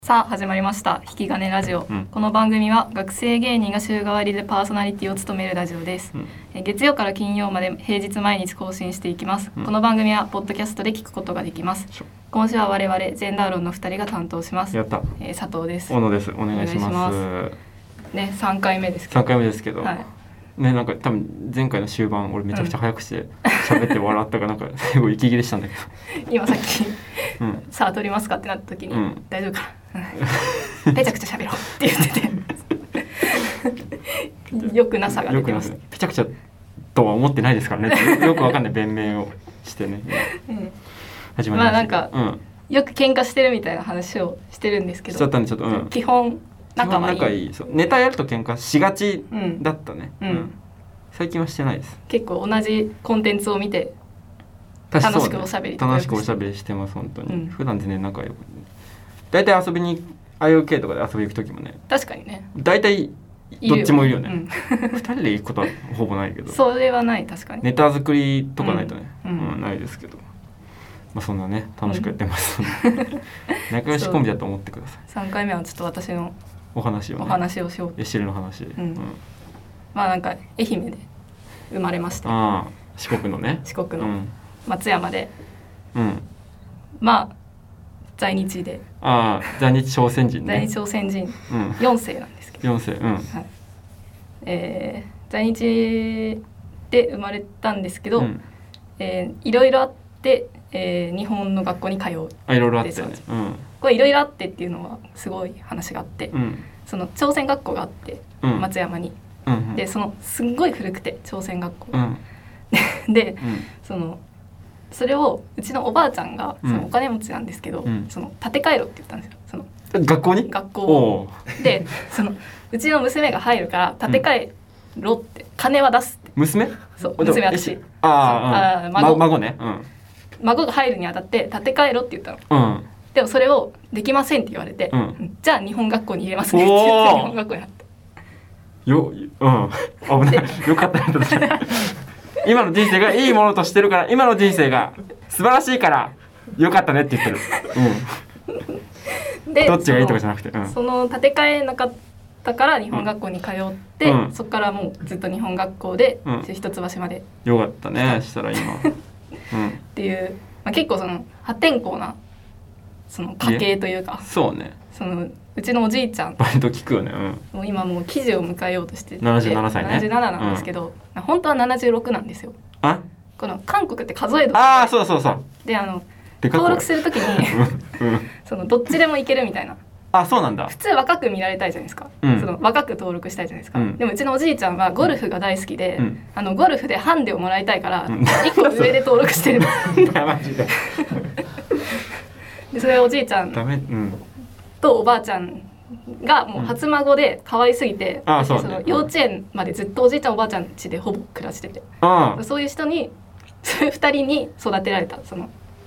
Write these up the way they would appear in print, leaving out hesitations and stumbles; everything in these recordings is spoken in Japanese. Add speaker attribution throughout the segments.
Speaker 1: さあ始まりました引き金ラジオ、この番組は学生芸人が週替わりでパーソナリティを務めるラジオです、月曜から金曜まで平日毎日更新していきます、この番組はポッドキャストで聞くことができます。今週は我々ジェンダー論の2人が担当します。
Speaker 2: やった、
Speaker 1: 佐藤です。
Speaker 2: 小野です。お願いします。
Speaker 1: ね、3回目ですけど
Speaker 2: 3回目ですけど、はいね、なんか多分前回の終盤俺めちゃくちゃ早くして喋って笑ったからなんか最後息切れしたんだけど
Speaker 1: 今さっき、さあ撮りますかってなった時に、大丈夫かペチャクチャ喋ろうって言っててよくなさが出てました。
Speaker 2: ペチャクチャとは思ってないですからねよくわかんない弁明をしてね、始まりました。まあ
Speaker 1: なんか、よく喧嘩してるみたいな話をしてるんですけど、
Speaker 2: しちゃったんでちょっと、
Speaker 1: 基本仲いい。
Speaker 2: そうネタやると喧嘩しがちだったね、最近はしてないです。
Speaker 1: 結構同じコンテンツを見て楽しくおしゃべり
Speaker 2: してます本当に、普段全然仲良く、だいたい遊びにIOK とかで遊び行く時もね、
Speaker 1: 確かにね、
Speaker 2: だいたいどっちもいるよね。2人で行くことはほぼないけど
Speaker 1: それはない。確かに
Speaker 2: ネタ作りとかないとね、ないですけど、まあ、そんなね楽しくやってます、仲良しコンビだと思ってください。
Speaker 1: 3回目はちょっと私の
Speaker 2: お話
Speaker 1: をしよう。
Speaker 2: エシルの話、
Speaker 1: まあなんか愛媛で生まれました。
Speaker 2: 四国の
Speaker 1: 松山で、まあ在日で、
Speaker 2: 在日朝鮮人ね。
Speaker 1: 在日朝鮮人、4世なんですけど、
Speaker 2: 4世、
Speaker 1: 在日で生まれたんですけど、いろいろあって、日本の学校に通う。
Speaker 2: いろいろあってね、
Speaker 1: これいろいろあってっていうのはすごい話があって、その朝鮮学校があって、松山に、でそのすんごい古くて朝鮮学校、で、それをうちのおばあちゃんがそのお金持ちなんですけど、その建て替えろって言ったんですよ。その学校をで、そのうちの娘が入るから建て替えろって、金は出すって。
Speaker 2: 娘
Speaker 1: 私、
Speaker 2: 孫ね、
Speaker 1: 孫が入るにあたって建て替えろって言ったの、でもそれをできませんって言われて、じゃあ日本学校に入れますねって言って日本学校になった。
Speaker 2: 危ない。よかったね今の人生がいいものとしてるから、今の人生が素晴らしいからよかったねって言ってる、でどっちがいいとかじゃなくて、
Speaker 1: その建て替えなかったから日本学校に通って、そこからもうずっと日本学校で、一橋まで
Speaker 2: よかったねしたら今、
Speaker 1: っていう、結構その破天荒なその家系というか、
Speaker 2: そうね、
Speaker 1: そのうちのおじいちゃん
Speaker 2: 割と聞くよね、
Speaker 1: もう今もう記事を迎えようとしてて
Speaker 2: 77歳ね、
Speaker 1: 77なんですけど、本当は76なんですよ。この韓国って数え年
Speaker 2: そう
Speaker 1: で、登録するときにそのどっちでもいけるみたいな。
Speaker 2: そうなんだ。
Speaker 1: 普通若く見られたいじゃないですか、その若く登録したいじゃないですか、でもうちのおじいちゃんはゴルフが大好きで、ゴルフでハンデをもらいたいから1個上で登録してる
Speaker 2: マジで
Speaker 1: でそれおじいちゃんとおばあちゃんがもう初孫で可愛すぎて、その幼稚園までずっとおじいちゃんおばあちゃん家でほぼ暮らしてて、そういう人に2人に育てられた。その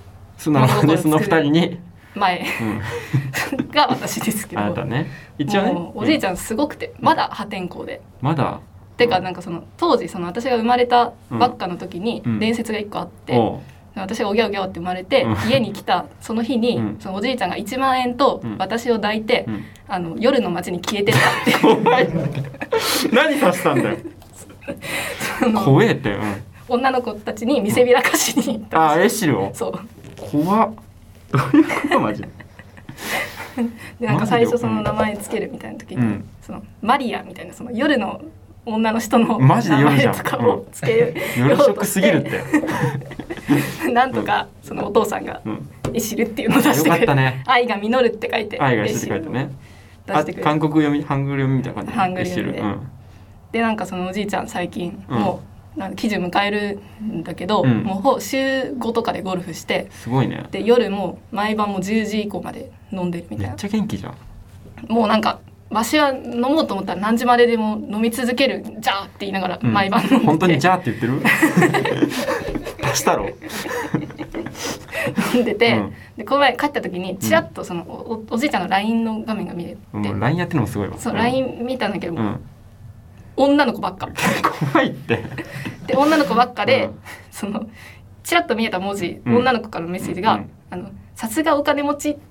Speaker 2: 2人に
Speaker 1: 前、が私ですけど、
Speaker 2: あなたね、一応ね、
Speaker 1: おじいちゃんすごくて、まだ破天荒で、てかなんかその当時その私が生まれたばっかの時に伝説が1個あって、私がおぎゃおぎゃって生まれて、家に来たその日に、そのおじいちゃんが1万円と私を抱いて、夜の街に消えてったって
Speaker 2: 何させたんだよ怖えって、
Speaker 1: 女の子たちに見せびらかしに行った。
Speaker 2: エシルを。
Speaker 1: そう
Speaker 2: 怖っ、どういうことマジ
Speaker 1: で、なんか最初その名前つけるみたいな時に、そのマリアみたいなその夜の女の人の名前とかをつける
Speaker 2: 夜食すぎるって
Speaker 1: なんとかそのお父さんがエシルっていうのを出してくれて、愛が実るって書いて
Speaker 2: 愛がエシルってね、韓国読み、ハングル読みみたいな感じで
Speaker 1: ハングル読みで、でなんかそのおじいちゃん最近もうなんか記事迎えるんだけど、もう週5とかでゴルフして、
Speaker 2: すごいね。
Speaker 1: で夜も毎晩も10時以降まで飲んでるみたいな。
Speaker 2: めっちゃ元気じゃん。
Speaker 1: もうなんかわしは飲もうと思ったら何時まででも飲み続けるじゃーって言いながら毎晩飲んでて、
Speaker 2: 本当にじゃーって言ってる足したろ
Speaker 1: 飲んでて、でこの前帰った時にチラッとその おじいちゃんの LINE の画面が見えて、
Speaker 2: LINE やってるのもすごいわ。
Speaker 1: そう LINE 見たんだけども、女の子ばっか
Speaker 2: 怖いって
Speaker 1: で女の子ばっかで、そのチラッと見えた文字、女の子からのメッセージが、 さすがお金持ちって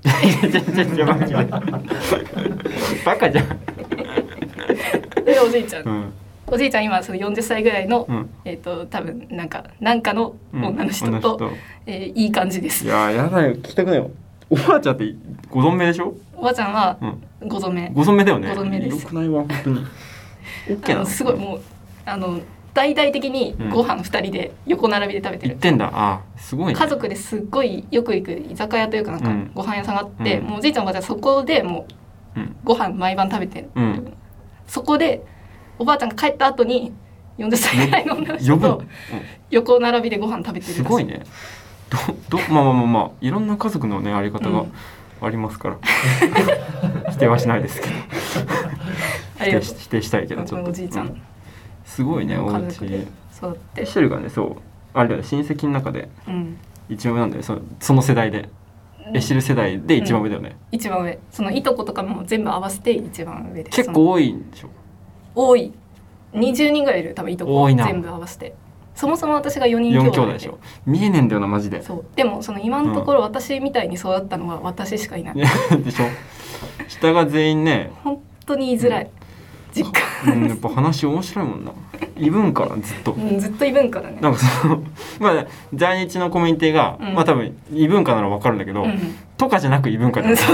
Speaker 2: バカじゃん
Speaker 1: でおじいちゃん、おじいちゃん今その40歳ぐらいの、多分なんかの女の人と、いい感じです。
Speaker 2: いややだよ聞きたくないよ。おばあちゃんってご存命でしょ。
Speaker 1: おばあちゃんはご存命、
Speaker 2: ご存命だよね。
Speaker 1: ご存命です。
Speaker 2: よくないわ本当に。
Speaker 1: すごいもう大々的にご飯2人で横並びで食べてる。
Speaker 2: 言ってんだ。あすごいね。
Speaker 1: 家族ですっごいよく行く居酒屋というかなんかご飯屋さんがあって、もうおじいちゃんおばあちゃんそこでもうご飯毎晩食べてる、そこでおばあちゃんが帰った後に40歳ぐらいの女の人と横並びでご飯食べてる。
Speaker 2: すごいね。まあいろんな家族のねあり方がありますから、否定はしないですけど否定したいけどちょっと
Speaker 1: おじいちゃん、
Speaker 2: すごいね。お家
Speaker 1: そうって
Speaker 2: シェルがねそうあれだよ親戚の中で一番上なんだよ、その世代でエシル世代で一番上だよね、
Speaker 1: 一番上。そのいとことかも全部合わせて一番上で
Speaker 2: 結構多いんでしょ。
Speaker 1: 多い。20人ぐらいいる多分いとこ全部合わせて。そもそも私が4人兄弟
Speaker 2: でしょ。見えねえんだよなマジで。
Speaker 1: そうでもその今のところ私みたいに育ったのは私しかいない、
Speaker 2: でしょ。下が全員ね
Speaker 1: 本当に言いづらい、実家
Speaker 2: やっぱ話面白いもんな。異文化ずっと、
Speaker 1: ずっと異文化だね。
Speaker 2: なんかまあ在日のコミュニティが、まあ多分異文化なら分かるんだけど、とかじゃなく異文化だよね。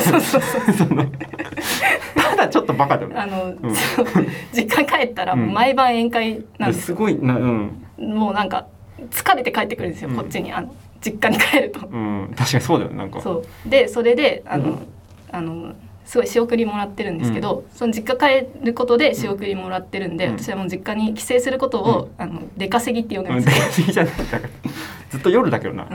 Speaker 2: ただちょっとバカだよね。
Speaker 1: 実家帰ったら毎晩宴会なんですよ。
Speaker 2: すごいな、
Speaker 1: もうなんか疲れて帰ってくるんですよ、こっちに実家に帰ると。
Speaker 2: 確かにそうだよね。なんか
Speaker 1: そうでそれですごい仕送りもらってるんですけど、その実家帰ることで仕送りもらってるんで、私はもう実家に帰省することを、出稼ぎって呼んでます。
Speaker 2: 出稼ぎじゃないだからずっと夜だけどな、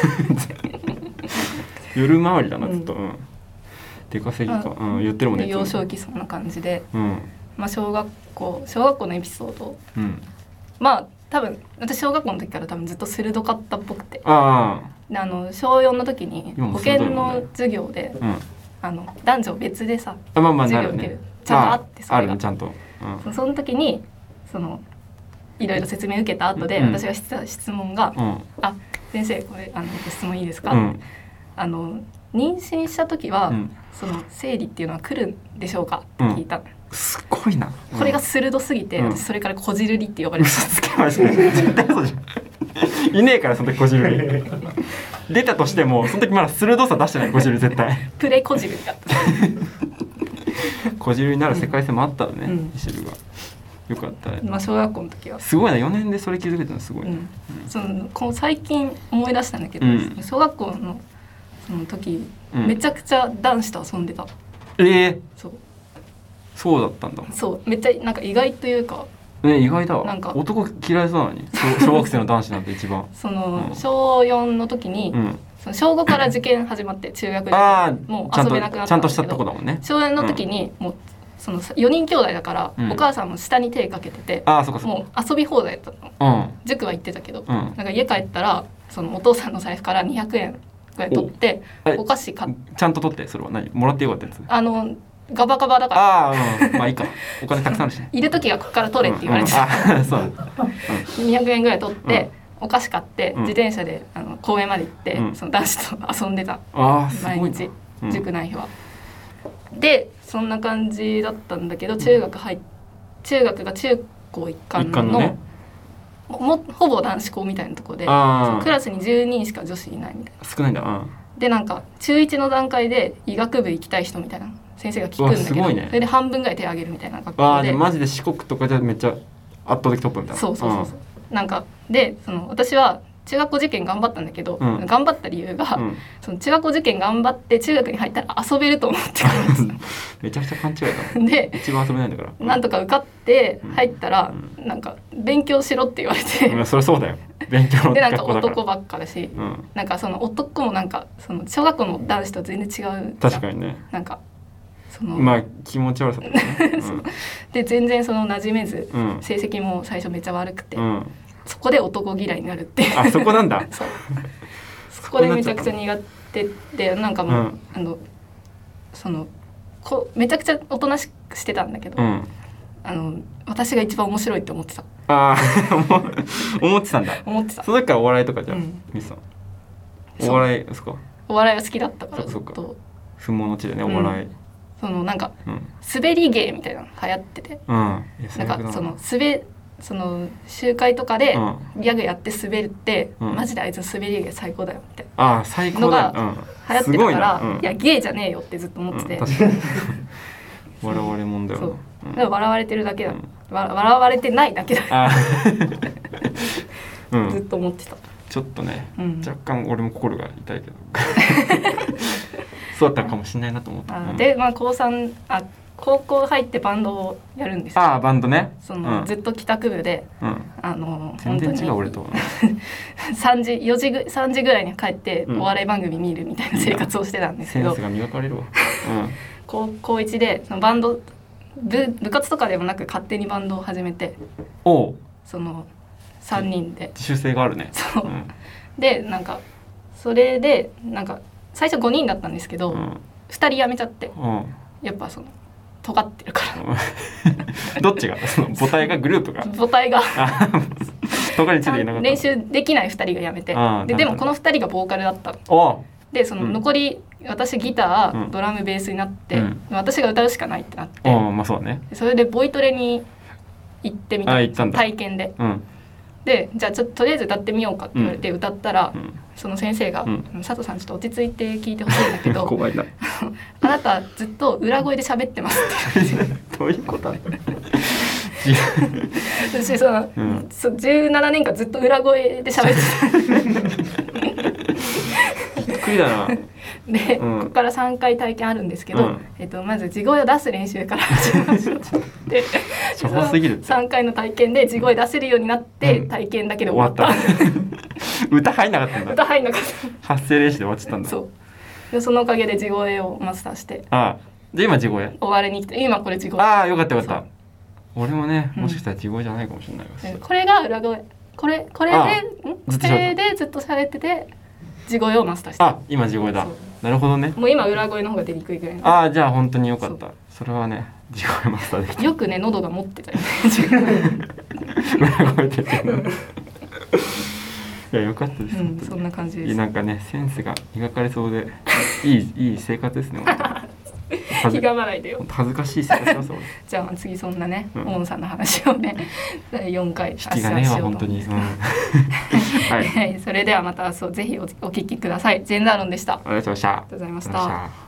Speaker 2: 夜回りだなずっと、出稼ぎか、言ってるもんね。
Speaker 1: 幼少期そんな感じで、まあ小学校のエピソード、まあ多分私小学校の時から多分ずっと鋭かったっぽくて、で小4の時に保健の授業で、男女別でさ、授業受ける、ちゃんとあってそれが、
Speaker 2: ちゃんと、
Speaker 1: その時にいろいろ説明受けた後で、私がした質問が「あ先生これご質問いいですか?」妊娠した時は、生理っていうのは来るんでしょうか?」って聞いた。
Speaker 2: すごいな、
Speaker 1: これが鋭すぎて、私それからこじるりって呼ばれてた。
Speaker 2: 嘘つけました。絶対そうじゃん。いねえからその時こじるり出たとしてもその時まだ鋭さ出してない。こじるり絶対
Speaker 1: プレこじるりだった
Speaker 2: こじるりになる世界線もあったのね、イシルが。よかったね。
Speaker 1: まあ小学校の時は
Speaker 2: すごいな。4年でそれ気づけたのすごいね。
Speaker 1: 最近思い出したんだけど、小学校のその時、めちゃくちゃ男子と遊んでた。
Speaker 2: そうだったんだ。
Speaker 1: そうめっちゃなんか意外というか、
Speaker 2: 意外だわ。なんか男嫌いそうなのに小学生の男子なんて一番
Speaker 1: 小4の時に、小5から受験始まって中学でもう遊べなくなったんだけど、
Speaker 2: ちゃんとしたとこだもんね。
Speaker 1: 小4の時にもう4人兄弟だから、お母さんも下に手かけてて、もう遊び放題だったの、塾は行ってたけど、なんか家帰ったらお父さんの財布から200円ぐらい取ってお菓子買って。
Speaker 2: ちゃんと取って。それは何もらってよかったやつ？
Speaker 1: ガバガバだから。
Speaker 2: まあいいか。お金たくさんあるしね。
Speaker 1: いる時はここから取れって言われてた。200円ぐらい取ってお菓子買って自転車で公園まで行って、その男子と遊んでた。毎日塾ない日は。でそんな感じだったんだけど、中学が中高一貫のほぼ男子校みたいなところで、クラスに10人しか女子いないみたいな。
Speaker 2: 少ないんだ。
Speaker 1: でなんか中1の段階で医学部行きたい人みたいな先生が聞くんだけど、それで半分ぐらい手を挙げるみたいな学校で。
Speaker 2: マジで四国とかじゃめっちゃ圧倒的トップみたいな。
Speaker 1: そうなんかで私は中学校受験頑張ったんだけど、頑張った理由が、中学校受験頑張って中学に入ったら遊べると思ってからです
Speaker 2: めちゃくちゃ勘違いだ。で一番遊べないんだから、
Speaker 1: なんとか受かって入ったら、なんか勉強しろって言われて、
Speaker 2: そりゃそうだよ、勉強の
Speaker 1: でなんか男ばっかだし、なんか男もなんか小学校の男子と全然違う。
Speaker 2: 確かにね。
Speaker 1: なんか
Speaker 2: まあ気持ち悪さだね
Speaker 1: で全然馴染めず、成績も最初めっちゃ悪くて、そこで男嫌いになるっていう。
Speaker 2: あ、そこなんだ
Speaker 1: そこでめちゃくちゃ苦手で、なんかもう、めちゃくちゃおとなしくしてたんだけど、私が一番面白いって思ってた。
Speaker 2: 思ってたんだ。
Speaker 1: 思ってた。
Speaker 2: その時からお笑いとかじゃん、ミスさん。お笑いですか？
Speaker 1: お笑いが好きだったから
Speaker 2: ずっと相撲の地でねお笑い、
Speaker 1: そのなんか、滑り芸みたいなの流行ってて、なんかその集会とかでギャグやって滑るって、マジであいつ滑り芸最高だよみたいなのが流行ってたから、いや芸じゃねえよってずっと思ってて、
Speaker 2: 笑われもんだよ
Speaker 1: な。でも笑われてるだけだ、笑われてないだけだずっと思ってた。
Speaker 2: ちょっとね、若干俺も心が痛いけどそうだったかもしれないなと思った。
Speaker 1: で、高校入ってバンドをやるんですよ。
Speaker 2: バンドね。
Speaker 1: ずっと帰宅部で、
Speaker 2: 全然違う俺と
Speaker 1: 3時ぐらいに帰ってお笑い番組見るみたいな生活をしてたんですけど、
Speaker 2: センスが磨かれるわ。
Speaker 1: 高1でそのバンド部活とかでもなく勝手にバンドを始めて、その3人で
Speaker 2: 自主性があるね。
Speaker 1: そう、でなんかそれでなんか最初5人だったんですけど、2人辞めちゃって、やっぱその尖ってるから
Speaker 2: どっちがその母体がグループが
Speaker 1: 母体が
Speaker 2: 尖りついていなかった。
Speaker 1: 練習できない2人が辞めて、でもこの2人がボーカルだったので、その残り私ギター、ドラムベースになって、私が歌うしかないってなって、
Speaker 2: そうね、
Speaker 1: それでボイトレに行ってみた、体験で、でじゃあちょっととりあえず歌ってみようかって言われて歌ったら、その先生が、佐藤さんちょっと落ち着いて聞いてほしいんだけど
Speaker 2: 怖いな
Speaker 1: あなたずっと裏声で喋ってますって言われて
Speaker 2: どういうことだ
Speaker 1: 私その、17年間ずっと裏声で喋ってた
Speaker 2: びっくりだな。
Speaker 1: で、ここから3回体験あるんですけど、まず地声を出す練習から始めましょうって3回の体験で地声出せるようになって、体験だけで終わった
Speaker 2: 歌入んなかったんだ。
Speaker 1: 歌入んなかった。
Speaker 2: 発声練習で終わっちゃったんだ。
Speaker 1: そうでそのおかげで地声をマスターして、
Speaker 2: で今地声
Speaker 1: 終わりに来て、今これ地声。
Speaker 2: よかったよかった。俺もね、もしかしたら地声じゃないかもしれないわ。
Speaker 1: これが裏声、これでずっと喋ってて地声をマスターして。
Speaker 2: 今地声だ。なるほどね。
Speaker 1: もう今裏声の方が出にくいぐらい
Speaker 2: の。じゃあ本当によかった。それはね、地声マスターできた。
Speaker 1: よくね喉が持ってたよね。
Speaker 2: 裏声出てる。いやよかったです。
Speaker 1: そんな感じです。
Speaker 2: なんかねセンスが磨かれそうでいい生活ですね。
Speaker 1: ひがまないでよ。
Speaker 2: 恥ずかしい生活です。
Speaker 1: じゃあ次そんなね、大野さんの話をね4回
Speaker 2: 引きがねは本当に。
Speaker 1: はい。それではまたぜひお聞きください。ジェンダー論でした。
Speaker 2: ありがとうございました。
Speaker 1: ありがとうございました。